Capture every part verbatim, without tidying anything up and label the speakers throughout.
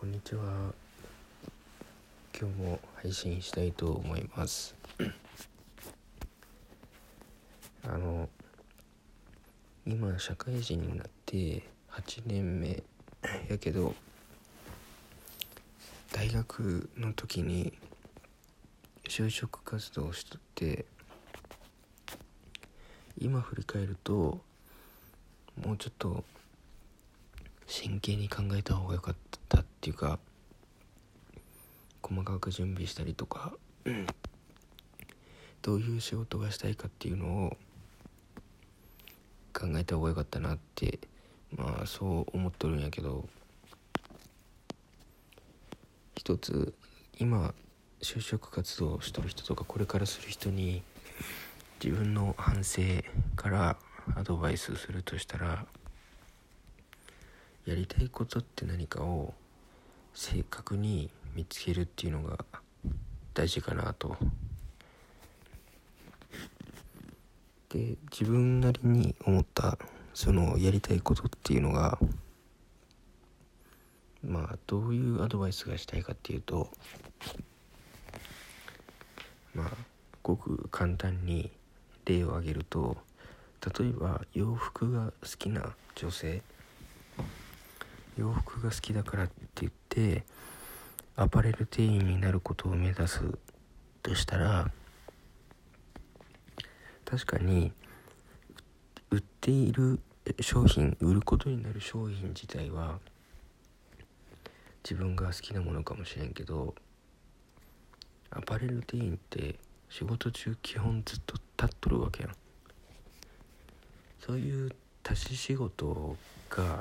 Speaker 1: こんにちは。今日も配信したいと思いますあの今社会人になってはちねんめやけど、大学の時に就職活動をしとって、今振り返るともうちょっと真剣に考えた方が良かったっていうか、細かく準備したりとかどういう仕事がしたいかっていうのを考えた方が良かったなって、まあそう思っとるんやけど、一つ今就職活動をしとる人とかこれからする人に自分の反省からアドバイスするとしたら、やりたいことって何かを正確に見つけるっていうのが大事かなと。で、自分なりに思ったそのやりたいことっていうのが、まあどういうアドバイスがしたいかっていうと、まあごく簡単に例を挙げると、例えば洋服が好きな女性、洋服が好きだからって言ってアパレル店員になることを目指すとしたら、確かに売っている商品、売ることになる商品自体は自分が好きなものかもしれんけど、アパレル店員って仕事中基本ずっと立っとるわけやん。そういう立ち仕事が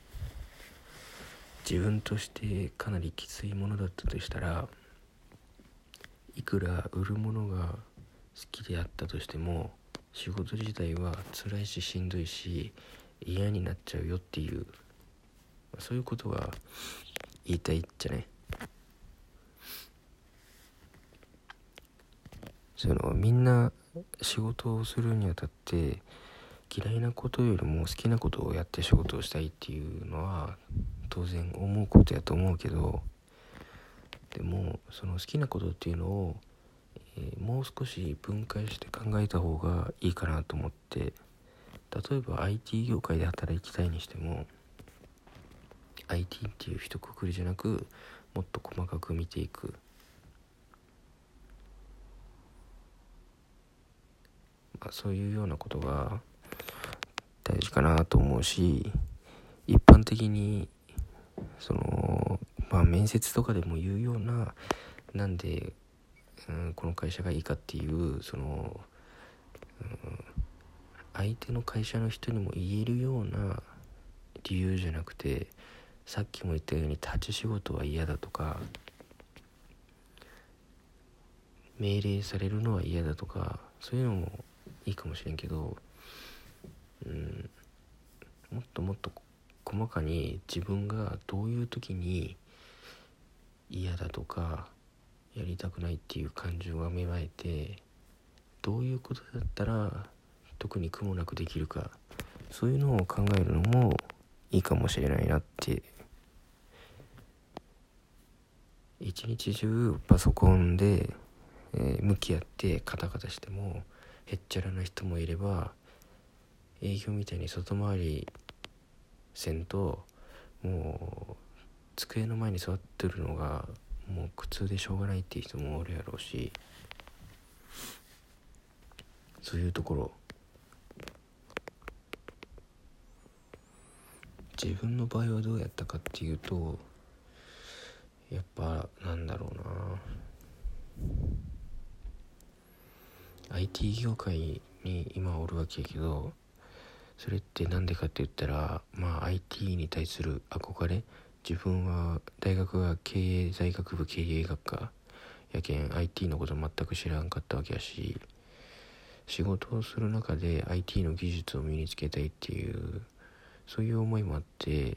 Speaker 1: 自分としてかなりきついものだったとしたら、いくら売るものが好きであったとしても仕事自体は辛いししんどいし嫌になっちゃうよっていう、そういうことが言いたいっちゃね。そのみんな仕事をするにあたって嫌いなことよりも好きなことをやって仕事をしたいっていうのは当然思うことやと思うけど、でもその好きなことっていうのを、えー、もう少し分解して考えた方がいいかなと思って、例えば アイティー 業界で働きたいにしても アイティー っていう一括りじゃなく、もっと細かく見ていく、まあ、そういうようなことが大事かなと思うし、一般的にそのまあ面接とかでも言うような、なんで、うん、この会社がいいかっていうその、うん、相手の会社の人にも言えるような理由じゃなくて、さっきも言ったように立ち仕事は嫌だとか、命令されるのは嫌だとか、そういうのもいいかもしれんけど、うん、もっともっと細かに自分がどういう時に嫌だとかやりたくないっていう感情が芽生えて、どういうことだったら特に苦もなくできるか、そういうのを考えるのもいいかもしれないなって。一日中パソコンで、えー、向き合ってカタカタしてもへっちゃらな人もいれば、営業みたいに外回りせんともう机の前に座ってるのがもう苦痛でしょうがないっていう人もおるやろうし、そういうところ自分の場合はどうやったかっていうと、やっぱなんだろうな、 アイティー 業界に今おるわけやけど、それってなんでかって言ったら、まあ アイティー に対する憧れ、自分は大学は経営大学部経営学科やけん アイティー のこと全く知らんかったわけやし、仕事をする中で アイティー の技術を身につけたいっていう、そういう思いもあって、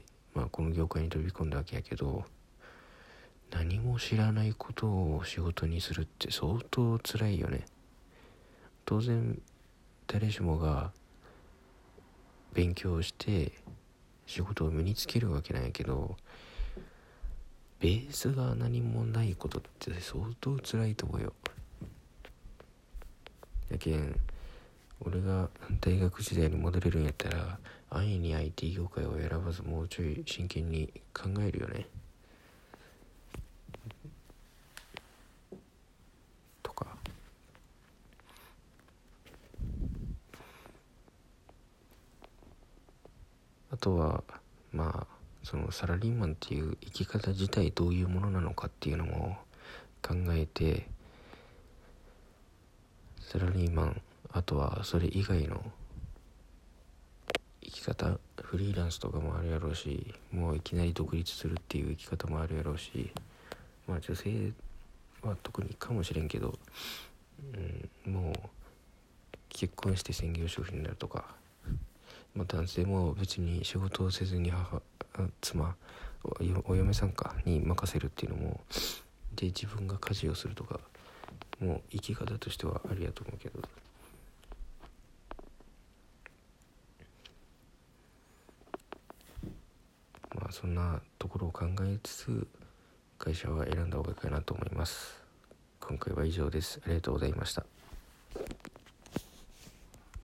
Speaker 1: まあ、この業界に飛び込んだわけやけど、何も知らないことを仕事にするって相当辛いよね。当然誰しもが勉強して仕事を身につけるわけなんやけど、 ベースが何もないことって相当辛いと思うよ。やけん俺が大学時代に戻れるんやったら安易に アイティー 業界を選ばずもうちょい真剣に考えるよねとか。あとはまあそのサラリーマンっていう生き方自体どういうものなのかっていうのも考えて、サラリーマンあとはそれ以外の生き方、フリーランスとかもあるやろうし、もういきなり独立するっていう生き方もあるやろうし、まあ女性は特にかもしれんけど、うん、もう結婚して専業主婦になるとか、まあ、男性も別に仕事をせずに母妻 お, お嫁さんかに任せるっていうのもで、自分が家事をするとか、もう生き方としてはありやと思うけど、まあそんなところを考えつつ会社は選んだ方がいいかなと思います。今回は以上です。ありがとうございました。